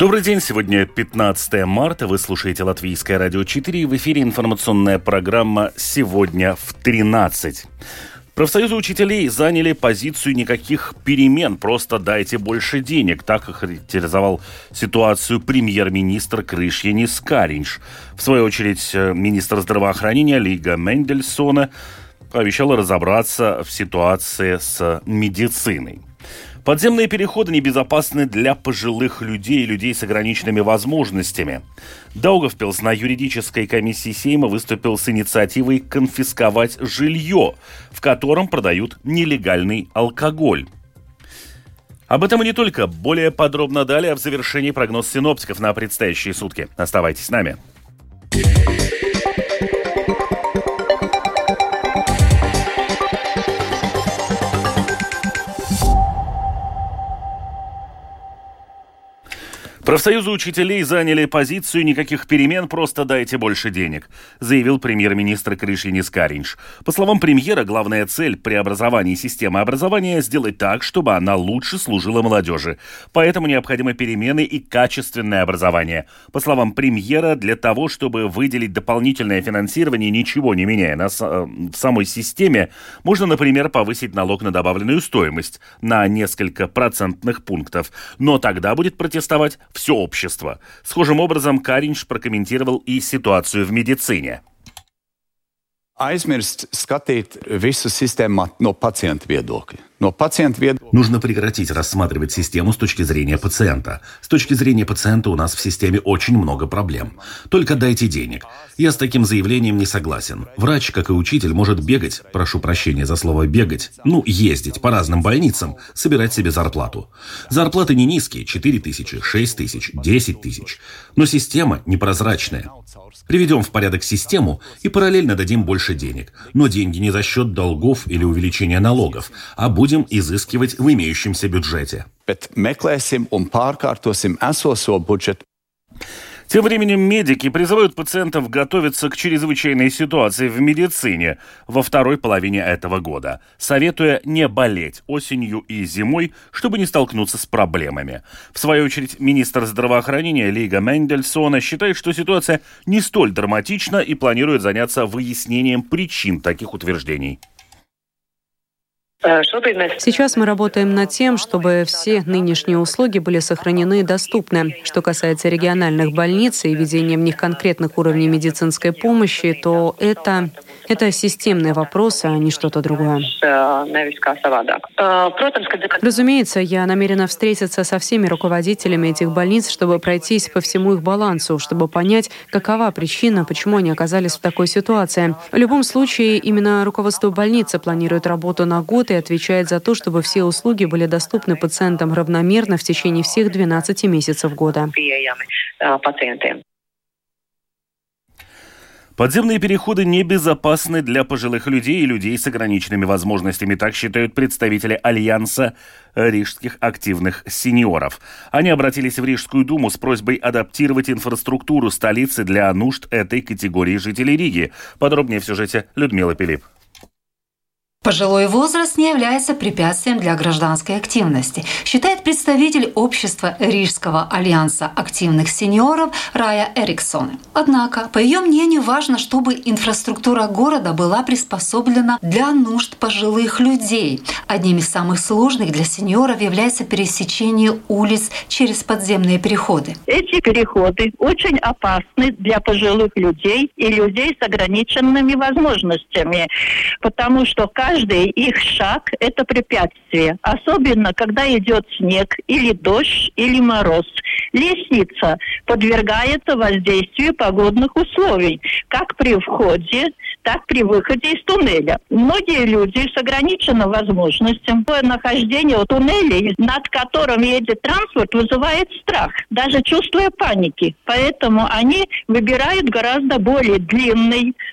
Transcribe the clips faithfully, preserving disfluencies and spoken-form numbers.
Добрый день, сегодня пятнадцатое марта, вы слушаете Латвийское радио четыре, и в эфире информационная программа «Сегодня в тринадцать». Профсоюзы учителей заняли позицию «никаких перемен, просто дайте больше денег». Так охарактеризовал ситуацию премьер-министр Кришьянис Кариньш. В свою очередь, министр здравоохранения Лига Мендельсона пообещала разобраться в ситуации с медициной. Подземные переходы небезопасны для пожилых людей и людей с ограниченными возможностями. Даугавпилс на юридической комиссии Сейма выступил с инициативой конфисковать жилье, в котором продают нелегальный алкоголь. Об этом и не только. Более подробно далее в завершении прогноз синоптиков на предстоящие сутки. Оставайтесь с нами. Профсоюзы учителей заняли позицию «никаких перемен, просто дайте больше денег», заявил премьер-министр Кришьянис Кариньш. По словам премьера, главная цель преобразования системы образования – сделать так, чтобы она лучше служила молодежи. Поэтому необходимы перемены и качественное образование. По словам премьера, для того, чтобы выделить дополнительное финансирование, ничего не меняя на, в самой системе, можно, например, повысить налог на добавленную стоимость на несколько процентных пунктов. Но тогда будет протестовать все общество. Схожим образом Кариньш прокомментировал и ситуацию в медицине. Aizmirst skatīt visu sistēmu no pacienta viedokļa. Нужно прекратить рассматривать систему с точки зрения пациента. С точки зрения пациента у нас в системе очень много проблем. Только дайте денег. Я с таким заявлением не согласен. Врач, как и учитель, может бегать, прошу прощения за слово «бегать», ну, ездить по разным больницам, собирать себе зарплату. Зарплаты не низкие, четыре тысячи, шесть тысяч, десять тысяч. Но система непрозрачная. Приведем в порядок систему и параллельно дадим больше денег. Но деньги не за счет долгов или увеличения налогов, а будем изыскивать в имеющемся бюджете. Тем временем медики призывают пациентов готовиться к чрезвычайной ситуации в медицине во второй половине этого года, советуя не болеть осенью и зимой, чтобы не столкнуться с проблемами. В свою очередь, министр здравоохранения Лига Мендельсона считает, что ситуация не столь драматична и планирует заняться выяснением причин таких утверждений. Сейчас мы работаем над тем, чтобы все нынешние услуги были сохранены и доступны. Что касается региональных больниц и введения в них конкретных уровней медицинской помощи, то это, это системный вопрос, а не что-то другое. Разумеется, я намерена встретиться со всеми руководителями этих больниц, чтобы пройтись по всему их балансу, чтобы понять, какова причина, почему они оказались в такой ситуации. В любом случае, именно руководство больницы планирует работу на год и отвечает за то, чтобы все услуги были доступны пациентам равномерно в течение всех двенадцати месяцев года. Подземные переходы небезопасны для пожилых людей и людей с ограниченными возможностями, так считают представители Альянса рижских активных сеньоров. Они обратились в Рижскую думу с просьбой адаптировать инфраструктуру столицы для нужд этой категории жителей Риги. Подробнее в сюжете Людмилы Пилип. Пожилой возраст не является препятствием для гражданской активности, считает представитель общества Рижского альянса активных сеньоров Рая Эриксон. Однако, по ее мнению, важно, чтобы инфраструктура города была приспособлена для нужд пожилых людей. Одним из самых сложных для сеньоров является пересечение улиц через подземные переходы. Эти переходы очень опасны для пожилых людей и людей с ограниченными возможностями, потому что каждый их шаг – это препятствие, особенно когда идет снег или дождь или мороз. Лестница подвергается воздействию погодных условий, как при входе, так при выходе из туннеля. Многие люди с ограниченной возможностью нахождения в туннеле, над которым едет транспорт, вызывает страх, даже чувство паники. Поэтому они выбирают гораздо более длинный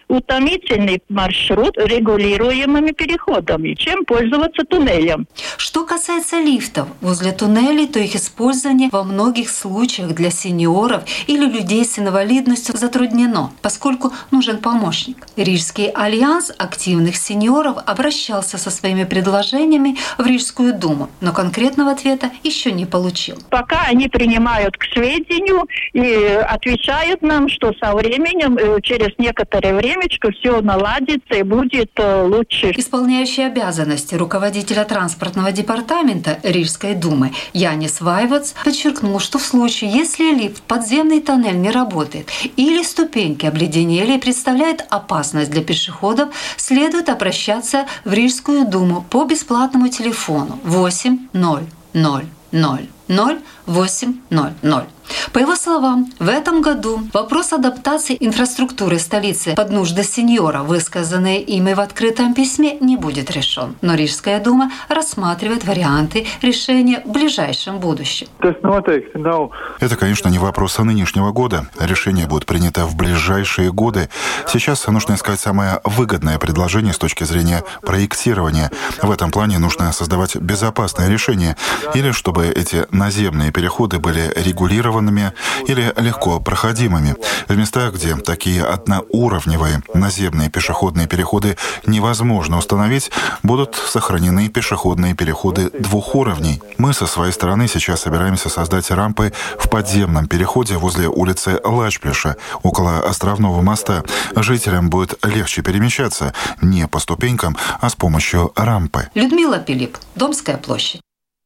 утомительный маршрут регулируемыми переходами, чем пользоваться туннелем. Что касается лифтов возле туннелей, то их использование во многих случаях для сеньоров или людей с инвалидностью затруднено, поскольку нужен помощник. Рижский альянс активных сеньоров обращался со своими предложениями в Рижскую думу, но конкретного ответа еще не получил. Пока они принимают к сведению и отвечают нам, что со временем, через некоторое времечко, все наладится и будет лучше. Исполняющий обязанности руководителя транспортного департамента Рижской думы Янис Вайвац подчеркнул, что в случае, если лифт, подземный тоннель не работает или ступеньки обледенели и представляют опасность для пешеходов, следует обращаться в Рижскую думу по бесплатному телефону восемь ноль ноль ноль ноль восемь ноль ноль. По его словам, в этом году вопрос адаптации инфраструктуры столицы под нужды сеньора, высказанные ими в открытом письме, не будет решен. Но Рижская дума рассматривает варианты решения в ближайшем будущем. Это, конечно, не вопрос нынешнего года. Решение будет принято в ближайшие годы. Сейчас нужно искать самое выгодное предложение с точки зрения проектирования. В этом плане нужно создавать безопасное решение. Или чтобы эти наземные переходы были регулированы или легко проходимыми. В местах, где такие одноуровневые наземные пешеходные переходы невозможно установить, будут сохранены пешеходные переходы двух уровней. Мы со своей стороны сейчас собираемся создать рампы в подземном переходе возле улицы Лачплеша, около Островного моста. Жителям будет легче перемещаться не по ступенькам, а с помощью рампы. Людмила Пилип, Домская площадь.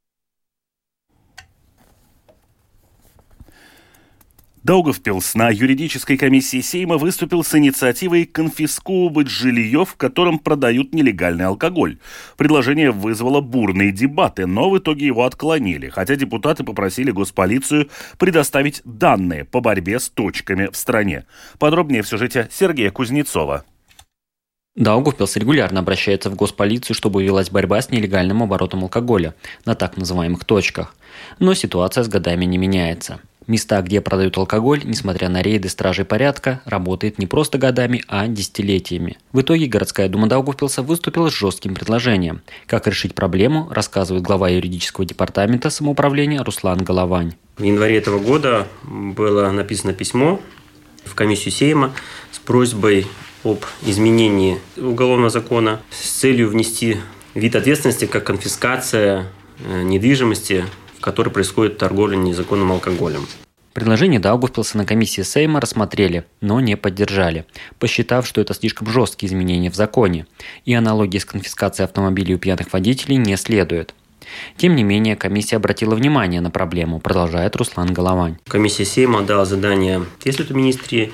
Даугавпилс на юридической комиссии Сейма выступил с инициативой конфисковывать жилье, в котором продают нелегальный алкоголь. Предложение вызвало бурные дебаты, но в итоге его отклонили, хотя депутаты попросили госполицию предоставить данные по борьбе с точками в стране. Подробнее в сюжете Сергея Кузнецова. Даугавпилс регулярно обращается в госполицию, чтобы велась борьба с нелегальным оборотом алкоголя на так называемых точках. Но ситуация с годами не меняется. Места, где продают алкоголь, несмотря на рейды стражей порядка, работает не просто годами, а десятилетиями. В итоге городская дума Даугавпилса выступила с жестким предложением. Как решить проблему, рассказывает глава юридического департамента самоуправления Руслан Головань. В январе этого года было написано письмо в комиссию Сейма с просьбой об изменении уголовного закона с целью внести вид ответственности как конфискация недвижимости, в которой происходит торговля незаконным алкоголем. Предложение Даугавпилса на комиссии Сейма рассмотрели, но не поддержали, посчитав, что это слишком жесткие изменения в законе, и аналогии с конфискацией автомобилей у пьяных водителей не следует. Тем не менее, комиссия обратила внимание на проблему, продолжает Руслан Головань. Комиссия Сейма дала задание Следственному министре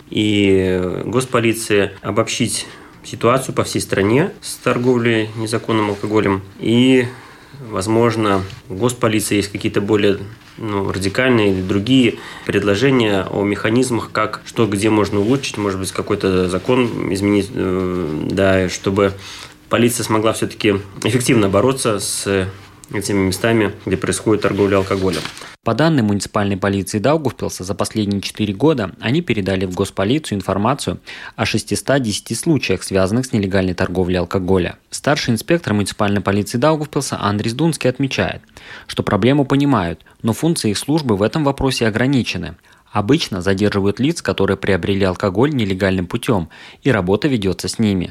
и госполиции обобщить ситуацию по всей стране с торговлей незаконным алкоголем. И, возможно, в госполиции есть какие-то более ну, радикальные или другие предложения о механизмах, как, что, где можно улучшить, может быть, какой-то закон изменить, да, чтобы полиция смогла все-таки эффективно бороться с этими местами, где происходит торговля алкоголем. По данным муниципальной полиции Даугавпилса, за последние четыре года они передали в госполицию информацию о шестистах десяти случаях, связанных с нелегальной торговлей алкоголя. Старший инспектор муниципальной полиции Даугавпилса Андрис Дунский отмечает, что проблему понимают, но функции их службы в этом вопросе ограничены. Обычно задерживают лиц, которые приобрели алкоголь нелегальным путем, и работа ведется с ними.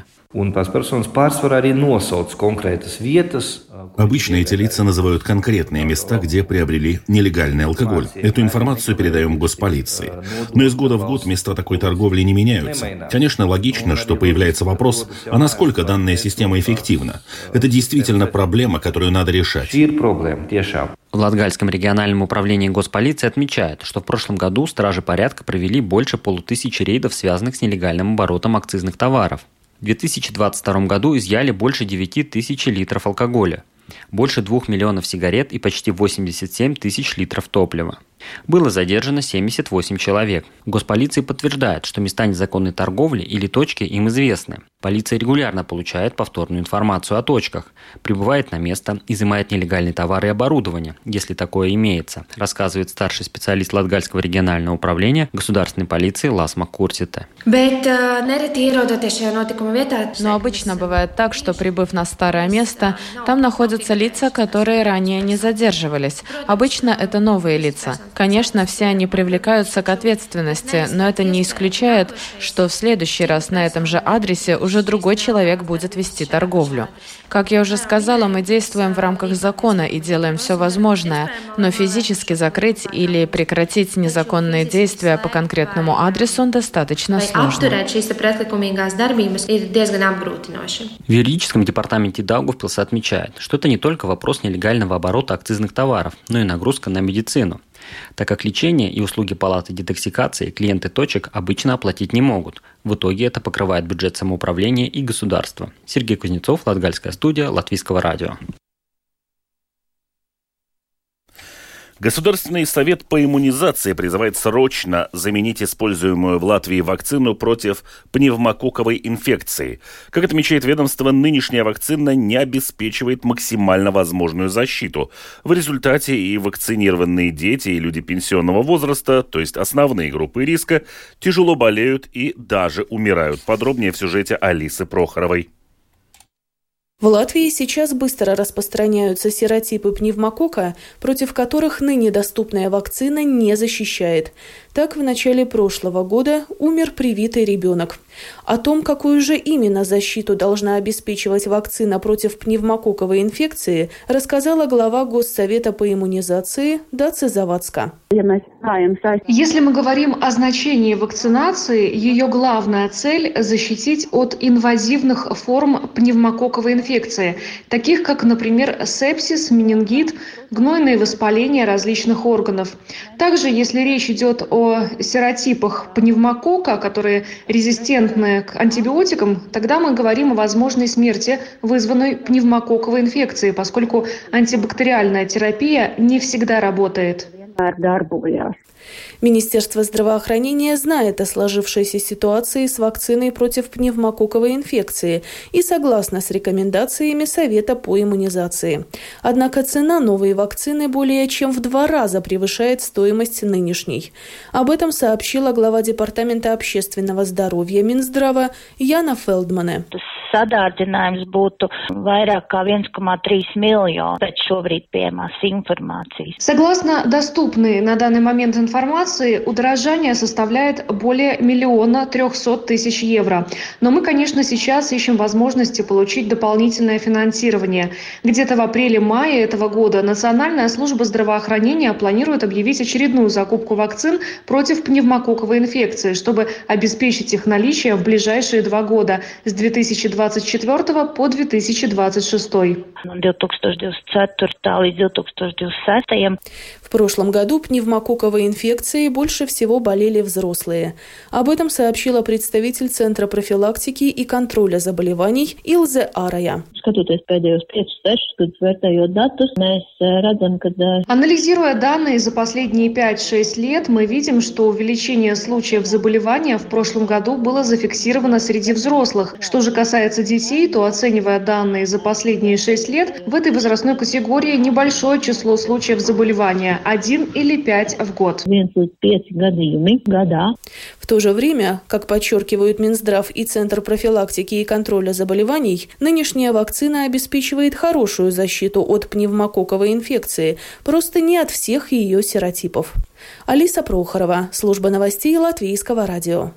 Обычно эти лица называют конкретные места, где приобрели нелегальный алкоголь. Эту информацию передаем госполиции. Но из года в год места такой торговли не меняются. Конечно, логично, что появляется вопрос, а насколько данная система эффективна. Это действительно проблема, которую надо решать. В Латгальском региональном управлении госполиции отмечают, что в прошлом году стражи порядка провели больше полутысячи рейдов, связанных с нелегальным оборотом акцизных товаров. В две тысячи двадцать втором году изъяли больше девяти тысяч литров алкоголя, больше двух миллионов сигарет и почти восемьдесят семь тысяч литров топлива. Было задержано семьдесят восемь человек. Госполиция подтверждает, что места незаконной торговли или точки им известны. Полиция регулярно получает повторную информацию о точках, прибывает на место, изымает нелегальные товары и оборудование, если такое имеется, рассказывает старший специалист Латгальского регионального управления государственной полиции Ласма Курсите. Но обычно бывает так, что, прибыв на старое место, там находятся лица, которые ранее не задерживались. Обычно это новые лица. Конечно, все они привлекаются к ответственности, но это не исключает, что в следующий раз на этом же адресе уже другой человек будет вести торговлю. Как я уже сказала, мы действуем в рамках закона и делаем все возможное, но физически закрыть или прекратить незаконные действия по конкретному адресу достаточно сложно. В юридическом департаменте Даугавпилса отмечают, что это не только вопрос нелегального оборота акцизных товаров, но и нагрузка на медицину, так как лечение и услуги палаты детоксикации клиенты точек обычно оплатить не могут. В итоге это покрывает бюджет самоуправления и государства. Сергей Кузнецов, Латгальская студия, Латвийского радио. Государственный совет по иммунизации призывает срочно заменить используемую в Латвии вакцину против пневмококковой инфекции. Как отмечает ведомство, нынешняя вакцина не обеспечивает максимально возможную защиту. В результате и вакцинированные дети, и люди пенсионного возраста, то есть основные группы риска, тяжело болеют и даже умирают. Подробнее в сюжете Алисы Прохоровой. В Латвии сейчас быстро распространяются серотипы пневмококка, против которых ныне доступная вакцина не защищает. Так, в начале прошлого года умер привитый ребенок. О том, какую же именно защиту должна обеспечивать вакцина против пневмококковой инфекции, рассказала глава Госсовета по иммунизации Даце Завадска. Если мы говорим о значении вакцинации, ее главная цель – защитить от инвазивных форм пневмококковой инфекции, таких как, например, сепсис, менингит, гнойные воспаления различных органов. Также, если речь идет о серотипах пневмококка, которые резистентны к антибиотикам, тогда мы говорим о возможной смерти, вызванной пневмококковой инфекцией, поскольку антибактериальная терапия не всегда работает. Министерство здравоохранения знает о сложившейся ситуации с вакциной против пневмококковой инфекции и согласно с рекомендациями Совета по иммунизации. Однако цена новой вакцины более чем в два раза превышает стоимость нынешней. Об этом сообщила глава Департамента общественного здоровья Минздрава Яна Фелдмане. Sadārdinājums būtu vairāk kā viens komats trīs miljoni pēc šobrīd pieejamās информации. Согласно доступной на данный момент информации, удорожание составляет более миллиона трехсот тысяч евро. Но мы, конечно, сейчас ищем возможности получить дополнительное финансирование. Где-то в апреле-мае этого года Национальная служба здравоохранения планирует объявить очередную закупку вакцин против пневмококковой инфекции, чтобы обеспечить их наличие в ближайшие два года с две тысячи двадцать четвёртого по две тысячи двадцать шестой. В прошлом году пневмококковой инфекцией больше всего болели взрослые. Об этом сообщила представитель Центра профилактики и контроля заболеваний Илзе Арая. Анализируя данные за последние пять-шесть лет, мы видим, что увеличение случаев заболевания в прошлом году было зафиксировано среди взрослых. Что же касается детей, то, оценивая данные за последние шесть лет, в этой возрастной категории небольшое число случаев заболевания – один или пять в год. В то же время, как подчеркивают Минздрав и Центр профилактики и контроля заболеваний, нынешняя вакцина обеспечивает хорошую защиту от пневмококковой инфекции, просто не от всех ее серотипов. Алиса Прохорова, служба новостей Латвийского радио.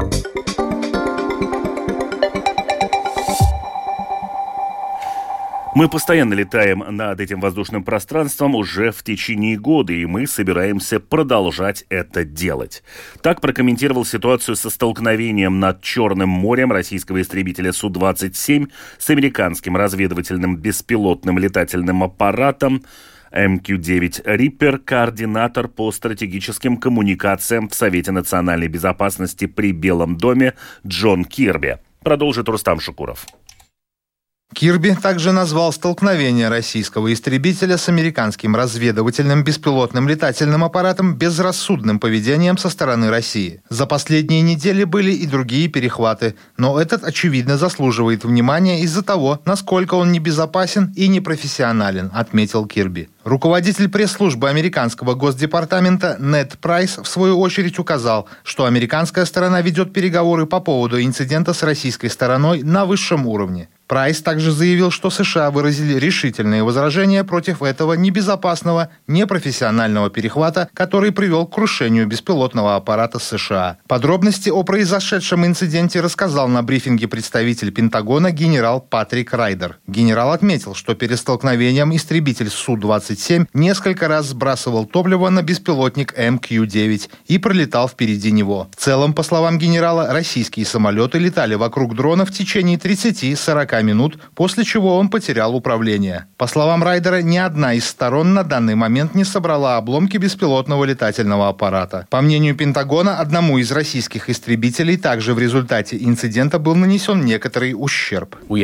Мы постоянно летаем над этим воздушным пространством уже в течение года, и мы собираемся продолжать это делать. Так прокомментировал ситуацию со столкновением над Черным морем российского истребителя Су двадцать семь с американским разведывательным беспилотным летательным аппаратом эм кью девять Reaper, координатор по стратегическим коммуникациям в Совете национальной безопасности при Белом доме Джон Кирби. Продолжит Рустам Шукуров. Кирби также назвал столкновение российского истребителя с американским разведывательным беспилотным летательным аппаратом безрассудным поведением со стороны России. За последние недели были и другие перехваты, но этот, очевидно, заслуживает внимания из-за того, насколько он небезопасен и непрофессионален, отметил Кирби. Руководитель пресс-службы американского госдепартамента Нед Прайс в свою очередь указал, что американская сторона ведет переговоры по поводу инцидента с российской стороной на высшем уровне. Прайс также заявил, что США выразили решительные возражения против этого небезопасного, непрофессионального перехвата, который привел к крушению беспилотного аппарата США. Подробности о произошедшем инциденте рассказал на брифинге представитель Пентагона генерал Патрик Райдер. Генерал отметил, что перед столкновением истребитель Су двадцать семь несколько раз сбрасывал топливо на беспилотник Эм Кью девять и пролетал впереди него. В целом, по словам генерала, российские самолеты летали вокруг дрона в течение тридцати-сорока минут, после чего он потерял управление. По словам Райдера, ни одна из сторон на данный момент не собрала обломки беспилотного летательного аппарата. По мнению Пентагона, одному из российских истребителей также в результате инцидента был нанесен некоторый ущерб. Мы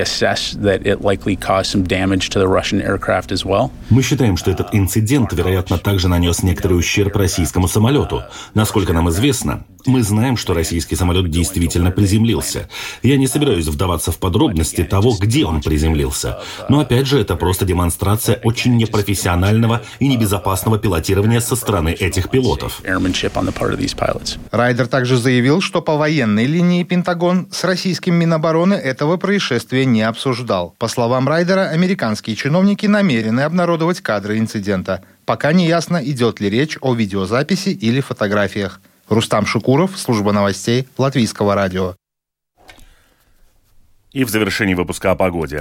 считаем, что этот инцидент, вероятно, также нанес некоторый ущерб российскому самолету. Насколько нам известно, мы знаем, что российский самолет действительно приземлился. Я не собираюсь вдаваться в подробности того, где он приземлился. Но опять же, это просто демонстрация очень непрофессионального и небезопасного пилотирования со стороны этих пилотов. Райдер также заявил, что по военной линии Пентагон с российским Минобороны этого происшествия не обсуждал. По словам Райдера, американские чиновники намерены обнародовать кадры инцидента. Пока не ясно, идет ли речь о видеозаписи или фотографиях. Рустам Шукуров, служба новостей Латвийского радио. И в завершении выпуска о погоде.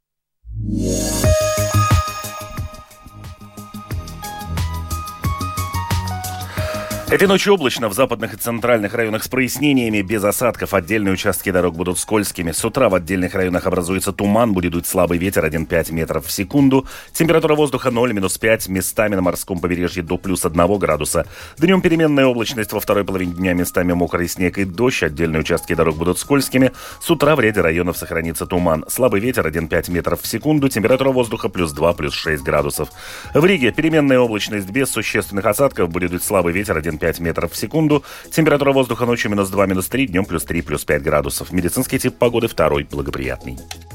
Этой ночью облачно, в западных и центральных районах с прояснениями, без осадков. Отдельные участки дорог будут скользкими. С утра в отдельных районах образуется туман, будет дуть слабый ветер один-пять метров в секунду. Температура воздуха ноль-пять, местами на морском побережье до плюс один градуса. Днем переменная облачность, во второй половине дня местами мокрый снег и дождь. Отдельные участки дорог будут скользкими. С утра в ряде районов сохранится туман. Слабый ветер один-пять метров в секунду. Температура воздуха плюс два, плюс шесть градусов. В Риге переменная облачность без существенных осадков, будет дуть слабый ветер один-пять метров в секунду. Температура воздуха ночью минус два, минус три, днем плюс три, плюс пять градусов. Медицинский тип погоды второй, благоприятный.